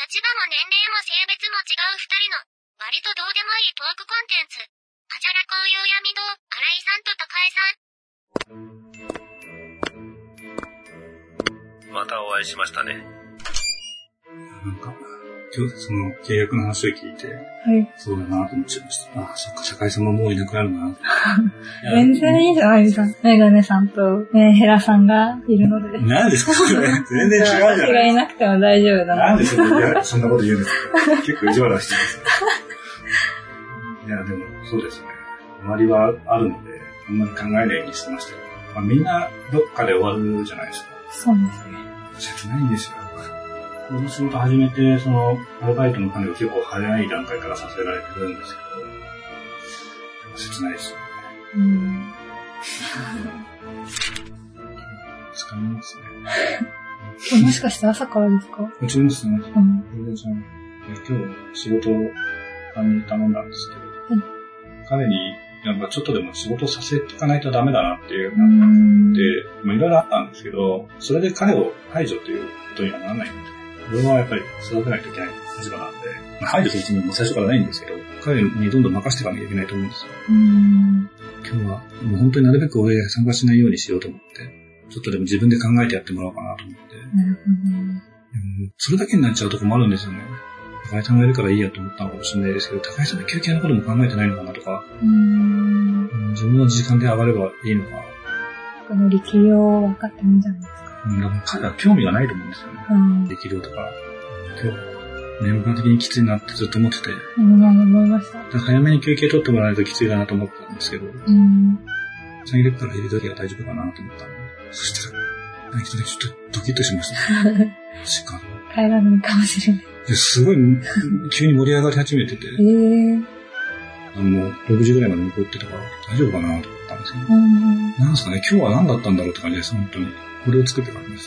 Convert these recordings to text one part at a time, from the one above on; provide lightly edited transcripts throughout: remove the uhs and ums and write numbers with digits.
立場も年齢も性別も違う二人の、割とどうでもいいトークコンテンツ。あじゃらこういう闇堂、新井さんと高江さん。 またお会いしましたね。 なんか、今日その契約の話を聞いて、 はい。 そうだなと思っちゃいました。ああ、そっか、高井さんももういなくなるな。 全然いいじゃないですか。メガネさんとヘラさんがいるので。 何ですかそれ。全然違うじゃない。 私がいなくても大丈夫だな。 なんでそんなこと言うんですか結構意地悪してます。いや、でも、そうですね。周りはあるので、あんまり考えないようにしてましたけど、まあ、みんなどっかで終わるじゃないですか。 そうですね。 切ないんですよ。この仕事始めて、その、アルバイトの金を結構早い段階からさせられてるんですけど、切ないですよね。疲れますね。 もしかして朝からですか？ もちろんですね。今日仕事を他に頼んだんですけど、彼にやっぱちょっとでも仕事させていかないとダメだなっていうので、いろいろあったんですけど、それで彼を排除ということにはならないので、俺はやっぱり育てないといけない立場なんで、排除するつもりも最初からないんですけど、彼にどんどん任せていかなきゃいけないと思うんですよ。今日はもう本当になるべく俺が参加しないようにしようと思って、ちょっとでも自分で考えてやってもらおうかなと思って。それだけになっちゃうとこもあるんですよね。高井さんがいるからいいやと思ったのかもしれないですけど、高井さんの休憩のことも考えてないのかなとか、自分の時間で上がればいいのか。 この力量を分かってもいいんじゃないですか。 彼は興味がないと思うんですよね。力量とか。今日、年間的にきついなってずっと思ってて。 思いました。 早めに休憩取ってもらえるときついかなと思ったんですけど、先月から入れときは大丈夫かなと思ったので、そしたら、ちょっとドキッとしました。 帰らないかもしれない。 すごい、急に盛り上がり始めてて、もう6時ぐらいまで残ってたから大丈夫かなと思ったんですけど、なんですかね、今日は何だったんだろうって感じです、本当に。これを作ってからです。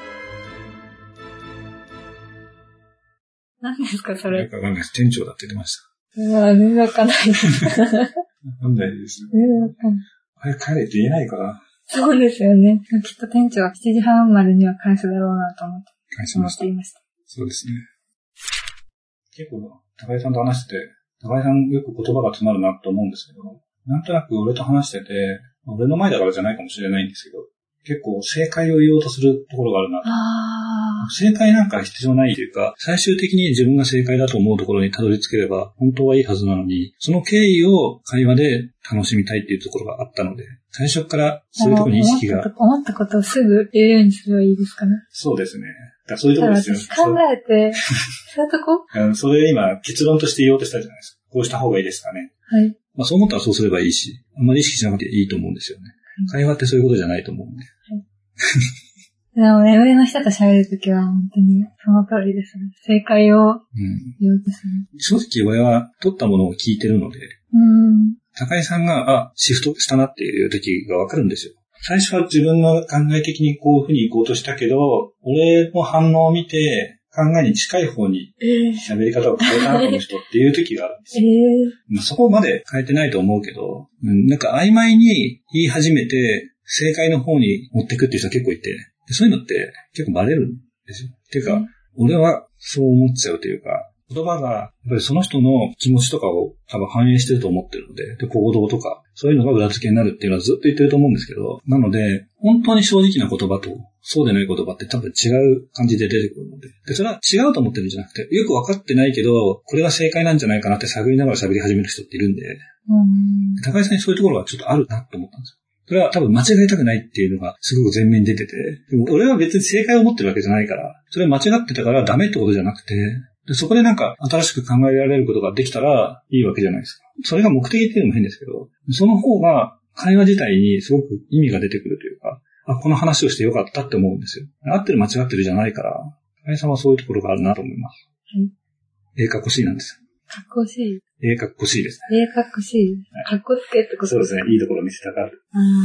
何ですか、それ。 わかんないです。店長だって言ってました。 全然わかんないです。 わかんないです。 全然わかんない。 早く帰れって言えないから。 そうですよね。きっと店長は7時半までには返すだろうなと思っていました。 そうですね。結構、高井さんと話してて、高井さんよく言葉が詰まるなと思うんですけど、なんとなく俺と話してて、俺の前だからじゃないかもしれないんですけど、結構正解を言おうとするところがあるなと。正解なんか必要ないというか、最終的に自分が正解だと思うところにたどり着ければ本当はいいはずなのに、その経緯を会話で楽しみたいっていうところがあったので、最初からそういうところに意識が。 思ったことをすぐ言うようにすればいいですかね。 そうですね。そういうところですよ。 私考えて、そういうとこそれ今結論として言おうとしたじゃないですか。こうした方がいいですかね。 はい。 そう思ったらそうすればいいし、あんまり意識しなくていいと思うんですよね。会話ってそういうことじゃないと思うんで。 でもね、上の人と喋るときは本当にその通りですね。正解を言おうとする。 正直俺は取ったものを聞いてるので、高井さんが、シフトしたなっていう時がわかるんですよ。最初は自分の考え的にこういうふうに行こうとしたけど、俺の反応を見て、考えに近い方に喋り方を変えたなと思う人っていう時があるんですよ。そこまで変えてないと思うけど、なんか曖昧に言い始めて、正解の方に持ってくっていう人結構いて、そういうのって結構バレるんですよ。っていうか、俺はそう思っちゃうというか、言葉がやっぱりその人の気持ちとかを多分反映してると思ってるので、行動とか、そういうのが裏付けになるっていうのはずっと言ってると思うんですけど、なので、本当に正直な言葉と、そうでない言葉って多分違う感じで出てくるので。で、それは違うと思ってるんじゃなくて、よく分かってないけど、これが正解なんじゃないかなって探りながら喋り始める人っているんで、高井さんにそういうところがちょっとあるなと思ったんですよ。それは多分間違いたくないっていうのがすごく前面に出てて、でも俺は別に正解を持ってるわけじゃないから、それは間違ってたからダメってことじゃなくて、でそこでなんか新しく考えられることができたらいいわけじゃないですか。それが目的っていうのも変ですけど、その方が会話自体にすごく意味が出てくるというか、この話をしてよかったって思うんですよ。合ってる間違ってるじゃないから、高井さんはそういうところがあるなと思います。かっこしいなんですよ。 かっこしい。 かっこしいですね。 かっこしい。かっこつけってことですか？そうですね。いいところを見せたがる。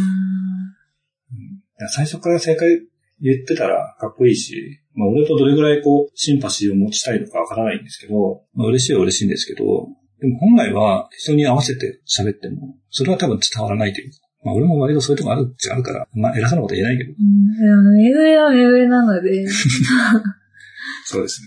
最初から正解言ってたらかっこいいし、俺とどれぐらいシンパシーを持ちたいのかわからないんですけど、嬉しいは嬉しいんですけど、でも本来は人に合わせて喋っても、それは多分伝わらないというか、俺も割とそういうとこあるっちゃあるから、偉そうなこと言えないけど。 目上は目上なので。 そうですね。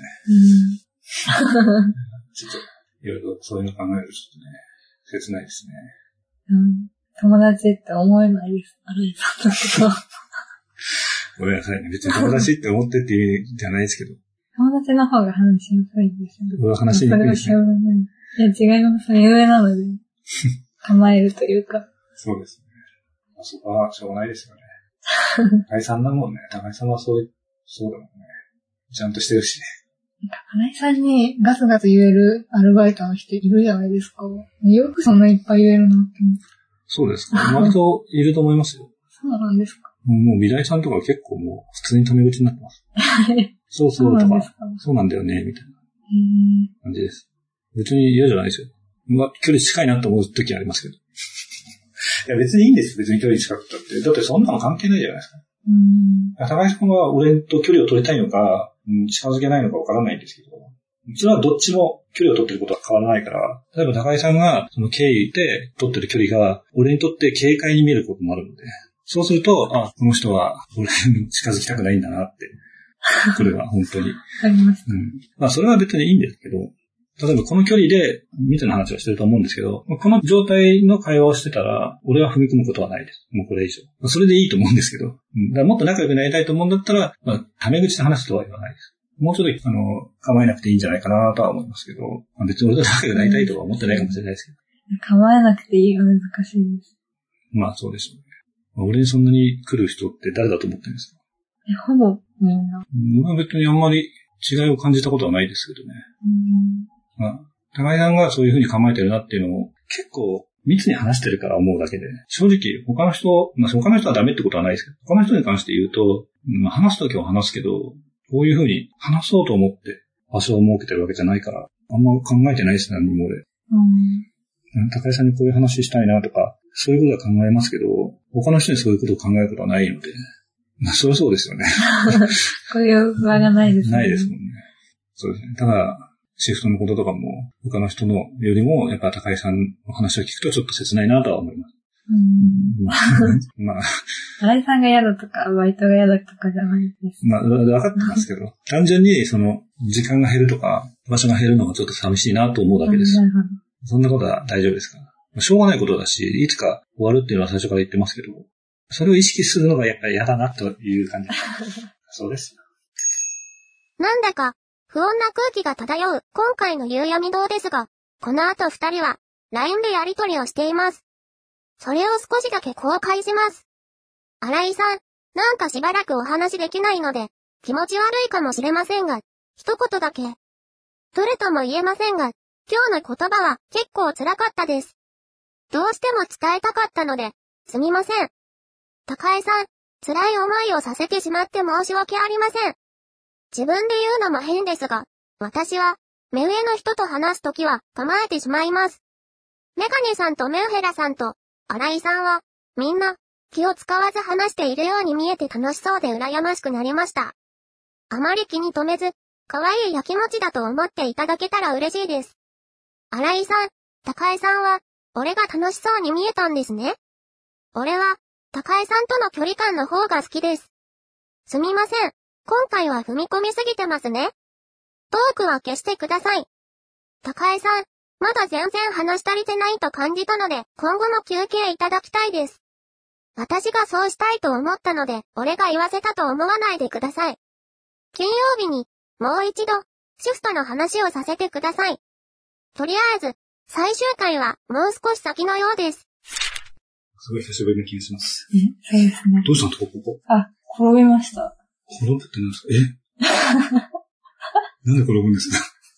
ちょっと、いろいろそういうの考えるとちょっとね、切ないですね。 友達って思えないです。新井さんだけど。 ごめんなさいね。別に友達って思ってっていう意味じゃないですけど。 友達の方が話しやすいんですよね。 僕は話しにくいですね。 いや、違います。目上なので、構えるというか。 そうですね。そこはしょうがないですよね。高井さんだもんね。高井さんはそうだもんね。ちゃんとしてるしね。 新井さんにガツガツ言えるアルバイトの人いるじゃないですか。よくそんないっぱい言えるなって。 そうですか。割といると思いますよ。 そうなんですか。 もう美大さんとか結構もう普通にタメ口になってます。そうそうとか、そうなんだよね、みたいな感じです。別に嫌じゃないですよ。距離近いなと思う時ありますけど。いや別にいいんですよ。別に距離近くたって。だってそんなの関係ないじゃないですか。高井さんは俺と距離を取りたいのか、近づけないのかわからないんですけど、うちはどっちも距離を取ってることは変わらないから、例えば高井さんがその経緯で取ってる距離が、俺にとって軽快に見えることもあるので、そうすると、この人は俺に近づきたくないんだなって。これは本当に。 あります。 まあそれは別にいいんですけど、例えばこの距離で、みたいな話をしてると思うんですけど、この状態の会話をしてたら、俺は踏み込むことはないです。もうこれ以上。それでいいと思うんですけど、だからもっと仲良くなりたいと思うんだったら、タメ口で話すとは言わないです。もうちょっと、構えなくていいんじゃないかなとは思いますけど、別に俺と仲良くなりたいとは思ってないかもしれないですけど。 構えなくていいが難しいです。 まあそうですよね。俺にそんなに来る人って誰だと思ってるんですか？ ほぼみんな。 僕は別にあんまり違いを感じたことはないですけどね。まあ、高井さんがそういう風に構えてるなっていうのを結構密に話してるから思うだけで、正直他の人はダメってことはないですけど、他の人に関して言うと、話すときは話すけど、こういう風に話そうと思って場所を設けてるわけじゃないから、あんま考えてないですね、何も俺。高井さんにこういう話したいなとか、そういうことは考えますけど、他の人にそういうことを考えることはないので、そりゃそうですよね。 こういう場がないですね。 ないですもんね。そうですね。ただ、シフトのこととかも、他の人のよりも、やっぱ高井さんの話を聞くとちょっと切ないなとは思います。まあ。 高井さんが嫌だとか、バイトが嫌だとかじゃないです。 まあ、分かってますけど、単純に、時間が減るとか、場所が減るのがちょっと寂しいなと思うだけです。 なるほど。 そんなことは大丈夫ですから。しょうがないことだし、いつか終わるっていうのは最初から言ってますけど、それを意識するのがやっぱり嫌だなという感じ。そうです。 なんだか、不穏な空気が漂う今回の夕闇堂ですが、この後二人は LINE でやり取りをしています。それを少しだけ公開します。新井さん、なんかしばらくお話できないので、気持ち悪いかもしれませんが、一言だけ。どれとも言えませんが、今日の言葉は結構辛かったです。どうしても伝えたかったので、すみません。高江さん、辛い思いをさせてしまって申し訳ありません。自分で言うのも変ですが、私は、目上の人と話すときは構えてしまいます。メガネさんとメウヘラさんと、新井さんは、みんな、気を使わず話しているように見えて楽しそうで羨ましくなりました。あまり気に留めず、可愛いやきもちだと思っていただけたら嬉しいです。新井さん、高江さんは、俺が楽しそうに見えたんですね。俺は、高江さんとの距離感の方が好きです。すみません。今回は踏み込みすぎてますね。トークは消してください。高江さん、まだ全然話し足りてないと感じたので、今後も休憩いただきたいです。私がそうしたいと思ったので、俺が言わせたと思わないでください。金曜日に、もう一度、シフトの話をさせてください。とりあえず、最終回はもう少し先のようです。 すごい久しぶりな気がします。 そうですね。 どうしたのここ。 転びました。 転ぶって何ですか？なんで転ぶんですか？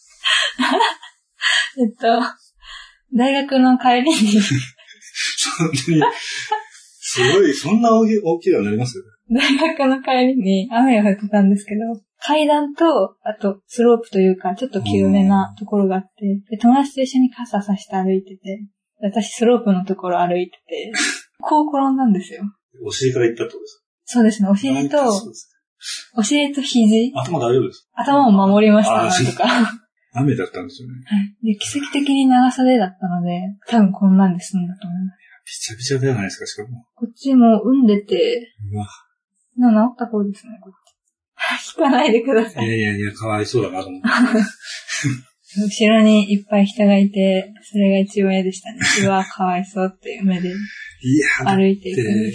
大学の帰りにそんなに、すごい、そんな大きいのになります？ 大学の帰りに雨が降ってたんですけど、階段と、あとスロープというか、ちょっと急めなところがあって、で友達と一緒に傘さして歩いてて、私スロープのところ歩いてて、こう転んだんですよ。 お尻から行ったってことですか？ そうですね、お尻と肘。 頭大丈夫ですか？ 頭を守りましたね、とか。 雨だったんですよね。 はい。で、奇跡的に長袖だったので、多分こんなんで済んだと思います。 びちゃびちゃじゃないですか、しかも。 こっちも産んでて、 うわ。 治った方ですね、こっち。 引かないでください。 いや、かわいそうだなと思って。 後ろにいっぱい人がいて、それが一番嫌でしたね。うわ、かわいそうっていう目で歩いていくんです。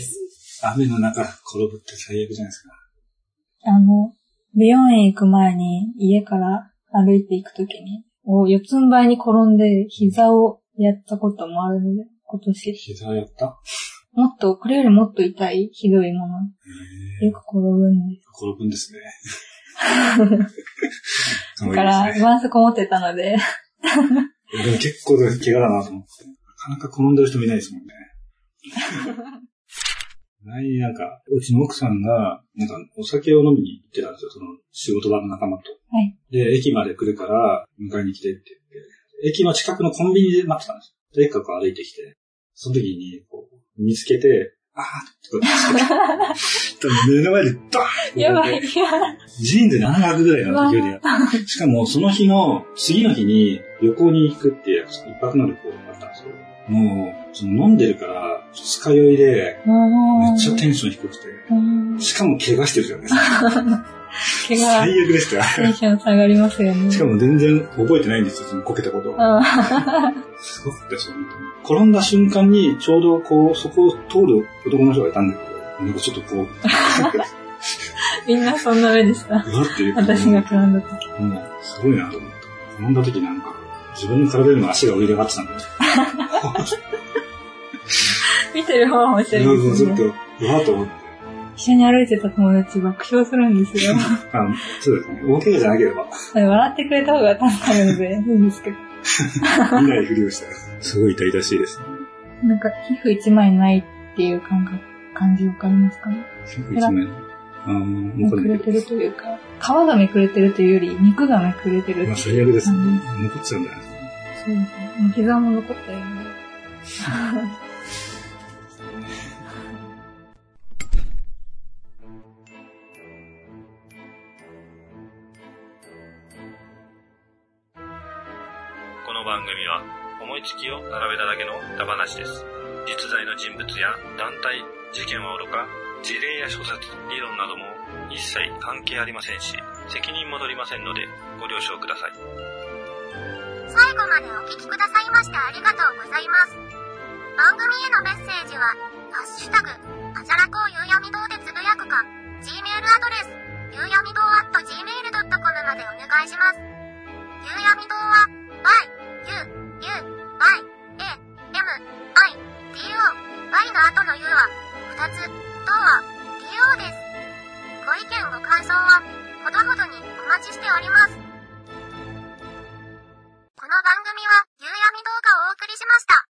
雨の中転ぶって最悪じゃないですか。 美容院行く前に家から歩いていくときに、四つん這いに転んで膝をやったこともあるので、今年。 膝をやった？ これよりもっと痛い、ひどいもの。よく転ぶんです。 転ぶんですね。 だから、バランスこもってたので。 でも結構怪我だなと思って。なかなか転んでる人見ないですもんね。なんか、うちの奥さんが、お酒を飲みに行ってたんですよ、その仕事場の仲間と。 はい。 で、駅まで来るから、迎えに来てって言って、駅の近くのコンビニで待ってたんですよ。で、駅から歩いてきて、その時に、見つけて、あーって目の前でバーンやばい。 ジーンズで穴が開くぐらいの勢いで。しかも、その日の、次の日に旅行に行くっていう一泊の旅行だったんですよ。もう、飲んでるから、二日酔いで、めっちゃテンション低くて、しかも怪我してるじゃないですか。 怪我。 最悪でしたよ。 テンション下がりますよね。 しかも全然覚えてないんですよ、そのこけたこと。すごかったですよ、本当に。転んだ瞬間に、ちょうどそこを通る男の人がいたんだけど、ちょっとみんなそんな目でした。私が転んだ時。 すごいなと思って。転んだ時自分の体よりも足が上に上がってたんだよ。 見てる方もしてるんですよね。 ちょっと、うわーと思って。 一緒に歩いてた友達爆笑するんですよ。 そうですね。大怪我じゃなければ。 笑ってくれた方が助かるので、いいんですけど。 見ないふりをしたら、すごい痛々しいですね。皮膚一枚ないっていう感じわかりますかね？ 皮膚一枚めくれてるというか、皮がめくれてるというより、肉がめくれてるっていう。 最悪ですね。残っちゃうんじゃないですか。 そうですね。もう膝も残ったような。 この番組は思いつきを並べただけの歌話です。実在の人物や団体、事件はおろか、事例や諸説、理論なども一切関係ありませんし、責任も取りませんのでご了承ください。 最後までお聞きくださいましてありがとうございます。番組へのメッセージは、ハッシュタグ、あじゃらこうゆうやみ堂でつぶやくか、Gmail アドレス、ゆうやみ堂@gmail.com までお願いします。ゆうやみ堂は、Y の後の U は2つ、堂は DO です。ご意見ご感想はほどほどにお待ちしております。この番組はゆうやみ堂がお送りしました。